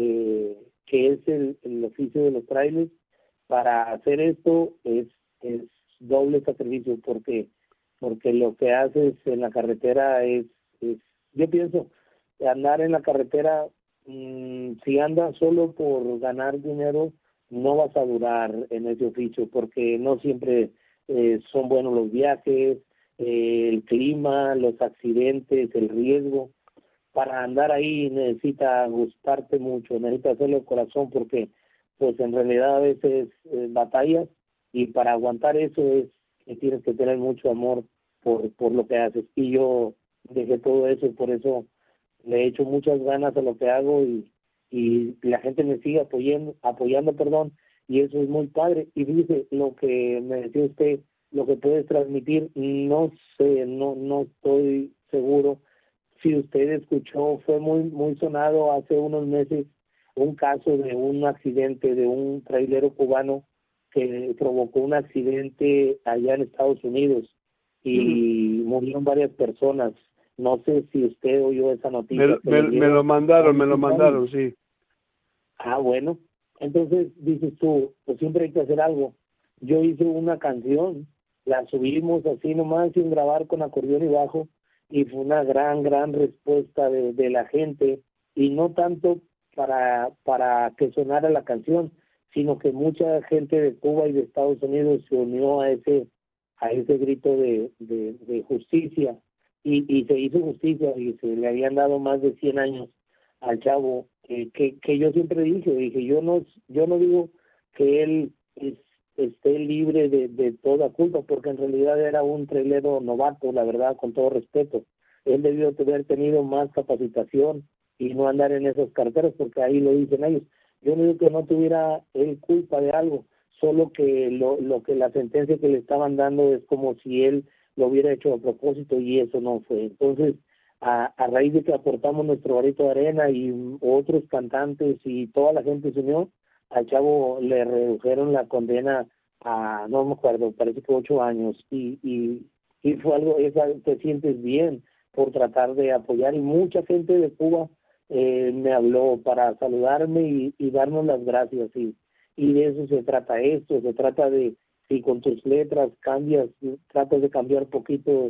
que es el oficio de los trailers, para hacer esto es doble sacrificio, porque lo que haces en la carretera es yo pienso, andar en la carretera, si andas solo por ganar dinero, no vas a durar en ese oficio, porque no siempre son buenos los viajes, el clima, los accidentes, el riesgo. Para andar ahí necesita gustarte mucho, necesita hacerlo de corazón, porque pues en realidad a veces batallas, y para aguantar eso es que tienes que tener mucho amor por lo que haces. Y yo dejé todo eso, y por eso le he hecho muchas ganas a lo que hago, y la gente me sigue apoyando, y eso es muy padre. Y dice, lo que me decía usted, lo que puedes transmitir, no sé, no estoy seguro. Si usted escuchó, fue muy sonado hace unos meses un caso de un accidente de un trailero cubano que provocó un accidente allá en Estados Unidos y murieron varias personas. No sé si usted oyó esa noticia. Me lo mandaron, sí. Ah, bueno. Entonces dices tú, pues siempre hay que hacer algo. Yo hice una canción, la subimos así nomás sin grabar, con acordeón y bajo, y fue una gran respuesta de la gente, y no tanto para que sonara la canción, sino que mucha gente de Cuba y de Estados Unidos se unió a ese grito de justicia, y se hizo justicia, y se le habían dado más de 100 años al chavo, que yo siempre dije, yo no digo que él esté libre de toda culpa, porque en realidad era un trailero novato, la verdad, con todo respeto. Él debió haber tenido más capacitación y no andar en esas carreteras, porque ahí lo dicen ellos. Yo no digo que no tuviera él culpa de algo, solo que lo que la sentencia que le estaban dando es como si él lo hubiera hecho a propósito, y eso no fue. Entonces, a raíz de que aportamos nuestro granito de arena y otros cantantes y toda la gente se unió, al chavo le redujeron la condena a, no me acuerdo, parece que 8 años, y fue algo, te sientes bien por tratar de apoyar, y mucha gente de Cuba me habló para saludarme y darnos las gracias, y de eso se trata esto, se trata de, si con tus letras tratas de cambiar poquito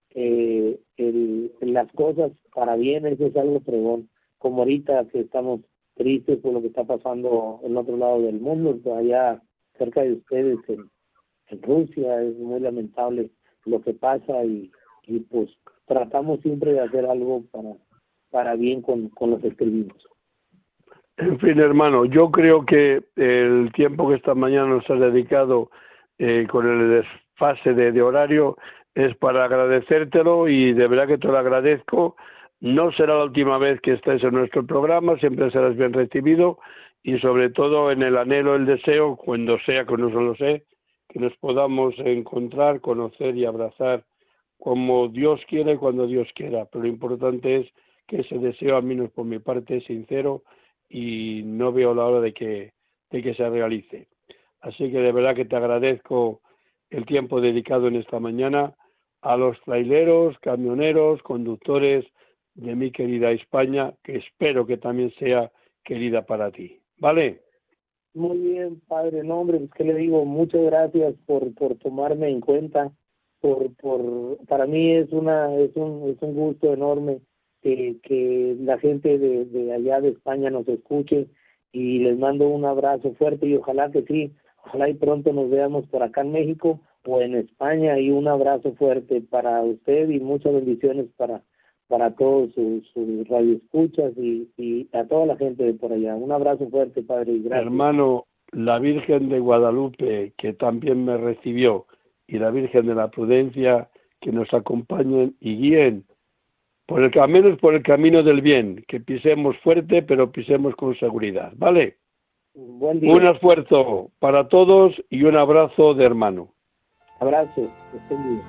las cosas para bien, eso es algo fregón, como ahorita que estamos tristes por lo que está pasando en otro lado del mundo, allá cerca de ustedes en Rusia, es muy lamentable lo que pasa, y pues tratamos siempre de hacer algo para bien con lo que escribimos. En fin, hermano, yo creo que el tiempo que esta mañana nos has dedicado con el desfase de horario es para agradecértelo, y de verdad que te lo agradezco. No será la última vez que estés en nuestro programa, siempre serás bien recibido, y sobre todo en el anhelo, el deseo, cuando sea, que no lo sé, que nos podamos encontrar, conocer y abrazar como Dios quiera y cuando Dios quiera. Pero lo importante es que ese deseo, al menos por mi parte, es sincero, y no veo la hora de que se realice. Así que de verdad que te agradezco el tiempo dedicado en esta mañana a los traileros, camioneros, conductores de mi querida España, que espero que también sea querida para ti. ¿Vale? Muy bien, padre, no, hombre, pues, ¿qué le digo? Muchas gracias por tomarme en cuenta, para mí es un gusto enorme que la gente de allá de España nos escuche, y les mando un abrazo fuerte, y ojalá que sí, ojalá y pronto nos veamos por acá en México o en España, y un abrazo fuerte para usted y muchas bendiciones para todos sus radioescuchas y a toda la gente de por allá. Un abrazo fuerte, padre, y gracias. Hermano, la Virgen de Guadalupe, que también me recibió, y la Virgen de la Prudencia, que nos acompañen y guíen por el camino del bien, que pisemos fuerte, pero pisemos con seguridad, ¿vale? Buen día. Un esfuerzo para todos y un abrazo de hermano. Abrazo, que estén bien.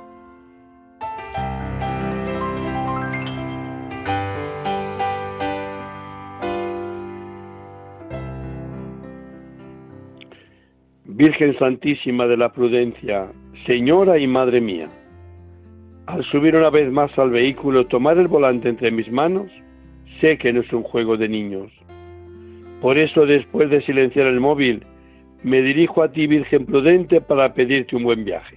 Virgen Santísima de la Prudencia, Señora y Madre mía, al subir una vez más al vehículo, tomar el volante entre mis manos, sé que no es un juego de niños. Por eso, después de silenciar el móvil, me dirijo a ti, Virgen Prudente, para pedirte un buen viaje.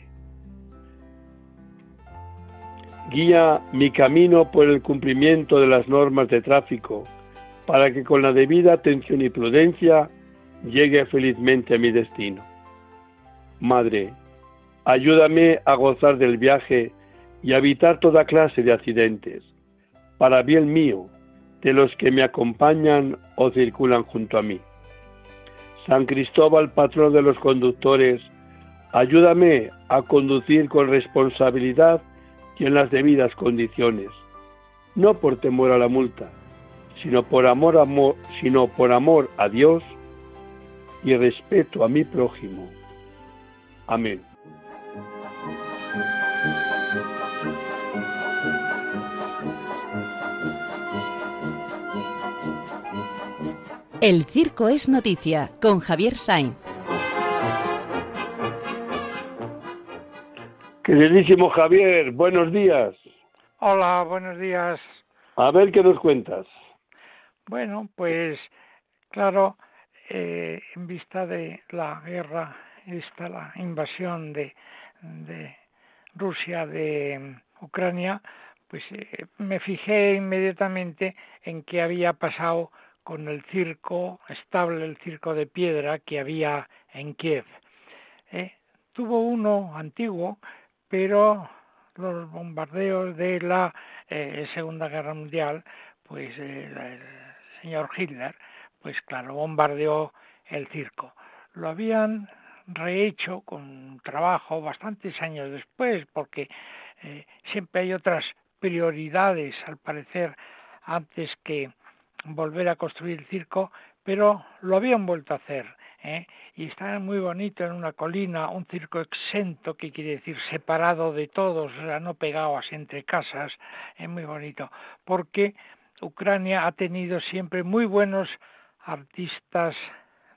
Guía mi camino por el cumplimiento de las normas de tráfico, para que con la debida atención y prudencia llegue felizmente a mi destino. Madre, ayúdame a gozar del viaje y a evitar toda clase de accidentes, para bien mío, de los que me acompañan o circulan junto a mí. San Cristóbal, patrón de los conductores, ayúdame a conducir con responsabilidad y en las debidas condiciones, no por temor a la multa, sino por amor a Dios y respeto a mi prójimo. Amén. El Circo es Noticia, con Javier Sainz. Queridísimo Javier, buenos días. Hola, buenos días. A ver qué nos cuentas. Bueno, pues claro, en vista de la guerra, la invasión de Rusia de Ucrania, pues me fijé inmediatamente en qué había pasado con el circo estable, el circo de piedra que había en Kiev. Tuvo uno antiguo, pero los bombardeos de la Segunda Guerra Mundial, pues el señor Hitler, pues claro, bombardeó el circo. Lo habían rehecho con trabajo bastantes años después, porque siempre hay otras prioridades, al parecer, antes que volver a construir el circo, pero lo habían vuelto a hacer, y está muy bonito en una colina, un circo exento, que quiere decir separado de todos, o sea, no pegado así entre casas, es muy bonito, porque Ucrania ha tenido siempre muy buenos artistas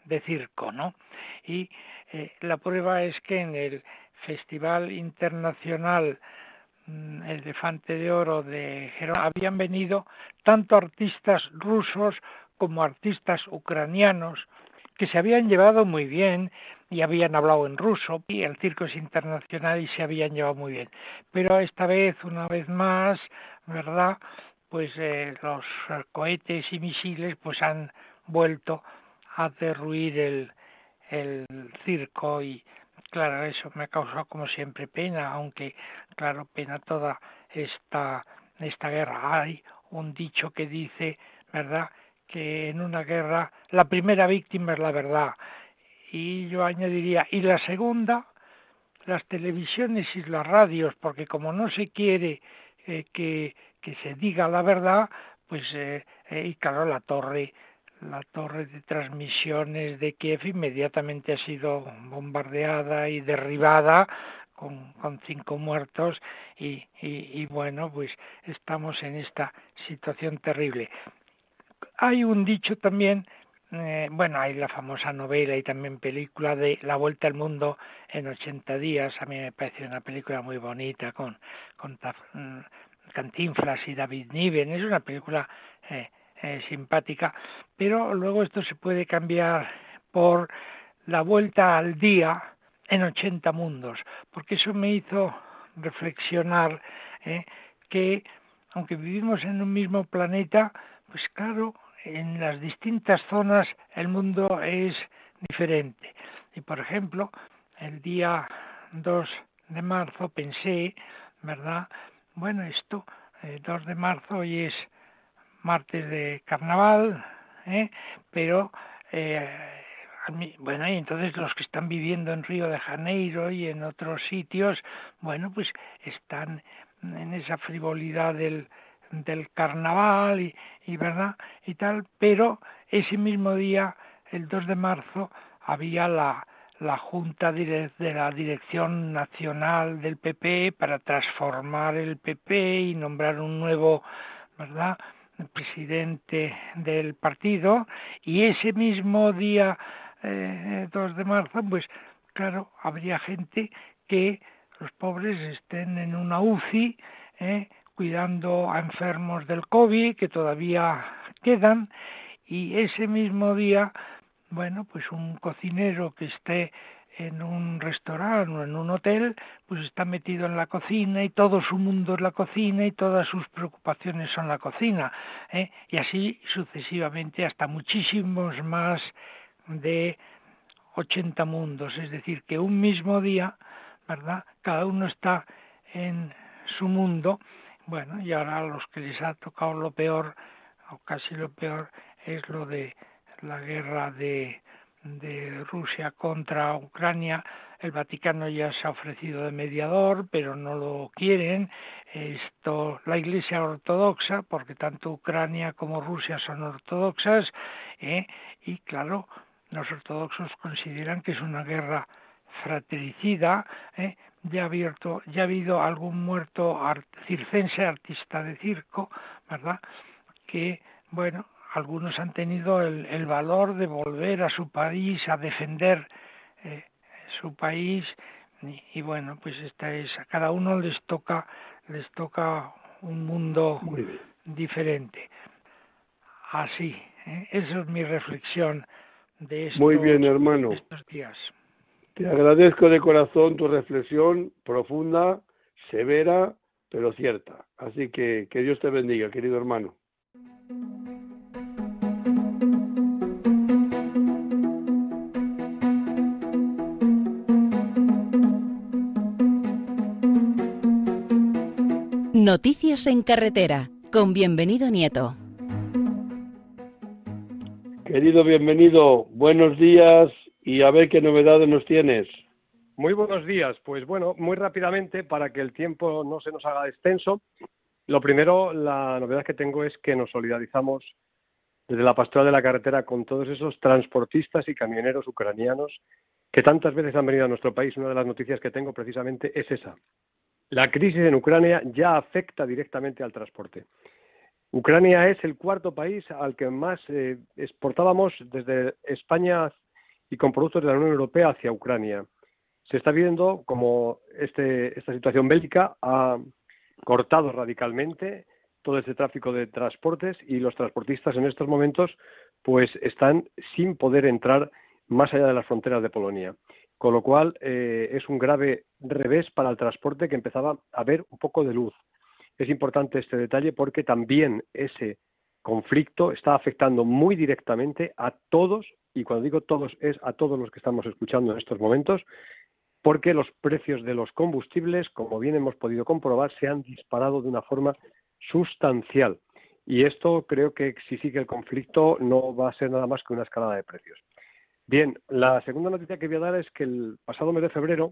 de circo, ¿no? Y la prueba es que en el Festival Internacional Elefante de Oro de Gerona habían venido tanto artistas rusos como artistas ucranianos que se habían llevado muy bien y habían hablado en ruso, y el circo es internacional y se habían llevado muy bien. Pero esta vez, una vez más, ¿verdad?, pues los cohetes y misiles pues han vuelto a derruir el circo, y claro, eso me ha causado como siempre pena, aunque claro, pena toda esta guerra. Hay un dicho que dice, ¿verdad?, que en una guerra la primera víctima es la verdad, y yo añadiría, y la segunda, las televisiones y las radios, porque como no se quiere que se diga la verdad, pues y claro, la torre de transmisiones de Kiev inmediatamente ha sido bombardeada y derribada con 5 muertos, y bueno, pues estamos en esta situación terrible. Hay un dicho también, bueno, hay la famosa novela y también película de La Vuelta al Mundo en 80 días, a mí me parece una película muy bonita con Cantinflas y David Niven, es una película simpática, pero luego esto se puede cambiar por La Vuelta al Día en 80 mundos, porque eso me hizo reflexionar que aunque vivimos en un mismo planeta, pues claro, en las distintas zonas el mundo es diferente. Y por ejemplo, el día 2 de marzo pensé, ¿verdad? Bueno, 2 de marzo hoy es martes de carnaval, pero bueno, y entonces los que están viviendo en Río de Janeiro y en otros sitios, bueno, pues están en esa frivolidad del carnaval y verdad y tal, pero ese mismo día, el 2 de marzo, había la Junta de la Dirección Nacional del PP para transformar el PP y nombrar un nuevo, ¿verdad?, presidente del partido, y ese mismo día 2 de marzo, pues claro, habría gente que los pobres estén en una UCI cuidando a enfermos del COVID que todavía quedan, y ese mismo día, bueno, pues un cocinero que esté en un restaurante o en un hotel, pues está metido en la cocina y todo su mundo es la cocina y todas sus preocupaciones son la cocina, y así sucesivamente hasta muchísimos más de 80 mundos, es decir, que un mismo día, ¿verdad?, cada uno está en su mundo. Bueno, y ahora a los que les ha tocado lo peor, o casi lo peor, es lo de la guerra de Rusia contra Ucrania. El Vaticano ya se ha ofrecido de mediador, pero no lo quieren. La Iglesia ortodoxa, porque tanto Ucrania como Rusia son ortodoxas, y claro, los ortodoxos consideran que es una guerra fratricida. Ya ha habido algún muerto circense, artista de circo, ¿verdad?, que, bueno, algunos han tenido el valor de volver a su país a defender su país, y bueno, pues a cada uno les toca un mundo diferente. Así, esa es mi reflexión de Muy bien, hermano. estos días. Te agradezco de corazón tu reflexión profunda, severa, pero cierta. Así que Dios te bendiga, querido hermano. Noticias en carretera, con Bienvenido Nieto. Querido Bienvenido, buenos días y a ver qué novedades nos tienes. Muy buenos días. Pues bueno, muy rápidamente, para que el tiempo no se nos haga extenso, lo primero, la novedad que tengo es que nos solidarizamos desde la Pastoral de la Carretera con todos esos transportistas y camioneros ucranianos que tantas veces han venido a nuestro país. Una de las noticias que tengo precisamente es esa. La crisis en Ucrania ya afecta directamente al transporte. Ucrania es el cuarto país al que más exportábamos desde España y con productos de la Unión Europea hacia Ucrania. Se está viendo como esta situación bélica ha cortado radicalmente todo ese tráfico de transportes y los transportistas en estos momentos pues están sin poder entrar más allá de las fronteras de Polonia. Con lo cual es un grave revés para el transporte que empezaba a ver un poco de luz. Es importante este detalle porque también ese conflicto está afectando muy directamente a todos, y cuando digo todos es a todos los que estamos escuchando en estos momentos, porque los precios de los combustibles, como bien hemos podido comprobar, se han disparado de una forma sustancial. Y esto creo que si sigue el conflicto no va a ser nada más que una escalada de precios. Bien, la segunda noticia que voy a dar es que el pasado mes de febrero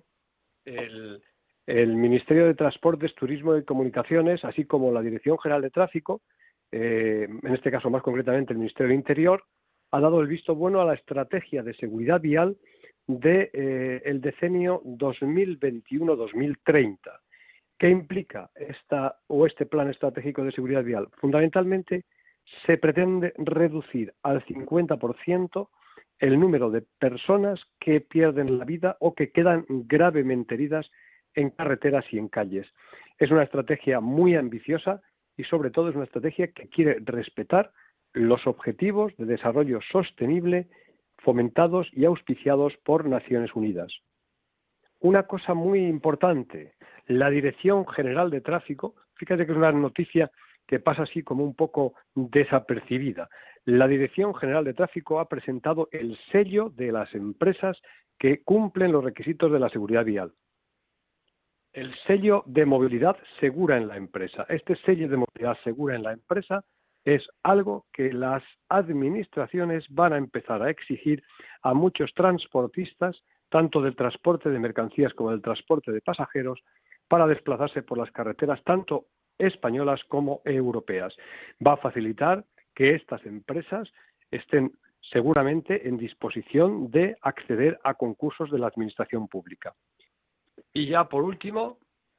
el Ministerio de Transportes, Turismo y Comunicaciones, así como la Dirección General de Tráfico, en este caso más concretamente el Ministerio de Interior, ha dado el visto bueno a la estrategia de seguridad vial del decenio 2021-2030. ¿Qué implica este plan estratégico de seguridad vial? Fundamentalmente, se pretende reducir al 50% el número de personas que pierden la vida o que quedan gravemente heridas en carreteras y en calles. Es una estrategia muy ambiciosa y sobre todo es una estrategia que quiere respetar los objetivos de desarrollo sostenible fomentados y auspiciados por Naciones Unidas. Una cosa muy importante, la Dirección General de Tráfico, fíjate que es una noticia que pasa así como un poco desapercibida. La Dirección General de Tráfico ha presentado el sello de las empresas que cumplen los requisitos de la seguridad vial. El sello de movilidad segura en la empresa. Este sello de movilidad segura en la empresa es algo que las administraciones van a empezar a exigir a muchos transportistas, tanto del transporte de mercancías como del transporte de pasajeros, para desplazarse por las carreteras tanto españolas como europeas. Va a facilitar que estas empresas estén seguramente en disposición de acceder a concursos de la administración pública. Y ya por último,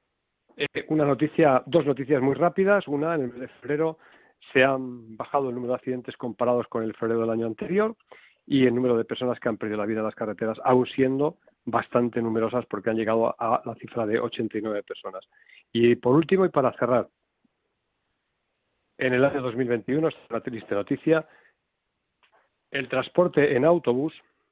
dos noticias muy rápidas. Una, en el mes de febrero se han bajado el número de accidentes comparados con el febrero del año anterior y el número de personas que han perdido la vida en las carreteras, aún siendo bastante numerosas porque han llegado a la cifra de 89 personas. Y por último, y para cerrar, en el año 2021, esta es una triste noticia, el transporte en autobús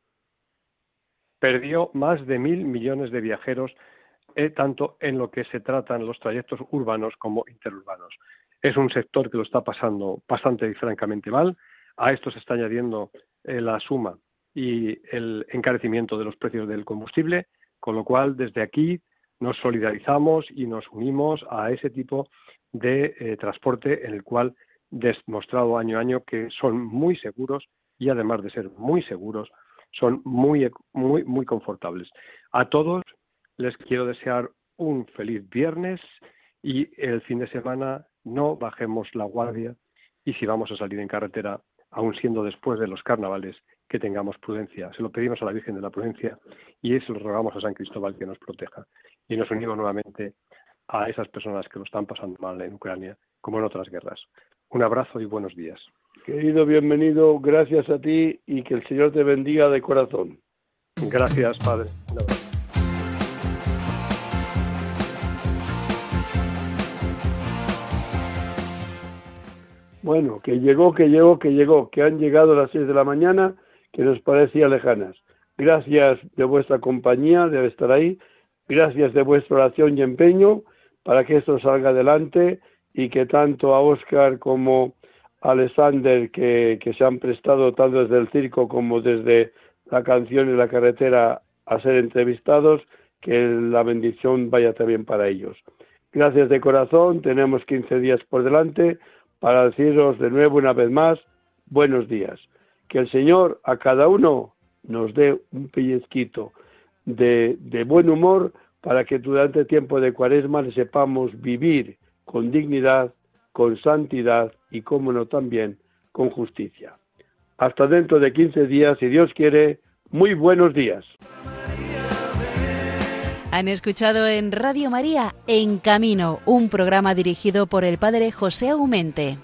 perdió más de 1.000 millones de viajeros, tanto en lo que se tratan los trayectos urbanos como interurbanos. Es un sector que lo está pasando bastante y francamente mal. A esto se está añadiendo la suma y el encarecimiento de los precios del combustible, con lo cual desde aquí nos solidarizamos y nos unimos a ese tipo de transporte en el cual demostrado año a año que son muy seguros y además de ser muy seguros son muy confortables. A todos les quiero desear un feliz viernes y el fin de semana no bajemos la guardia y si vamos a salir en carretera, aun siendo después de los carnavales, que tengamos prudencia. Se lo pedimos a la Virgen de la Prudencia y eso lo rogamos a San Cristóbal que nos proteja. Y nos unimos nuevamente a esas personas que lo están pasando mal en Ucrania, como en otras guerras. Un abrazo y buenos días. Querido, bienvenido, gracias a ti y que el Señor te bendiga de corazón. Gracias, Padre. Un abrazo. Bueno, que han llegado las 6 de la mañana, que nos parecía lejanas. Gracias de vuestra compañía, de estar ahí. Gracias de vuestra oración y empeño para que esto salga adelante y que tanto a Óscar como a Alexander, que se han prestado tanto desde el circo como desde la canción y la carretera a ser entrevistados, que la bendición vaya también para ellos. Gracias de corazón, tenemos 15 días por delante para deciros de nuevo una vez más, buenos días. Que el Señor a cada uno nos dé un pellizquito de buen humor para que durante el tiempo de Cuaresma le sepamos vivir con dignidad, con santidad y, cómo no, también con justicia. Hasta dentro de 15 días, si Dios quiere, muy buenos días. Han escuchado en Radio María En Camino, un programa dirigido por el padre José Aumente.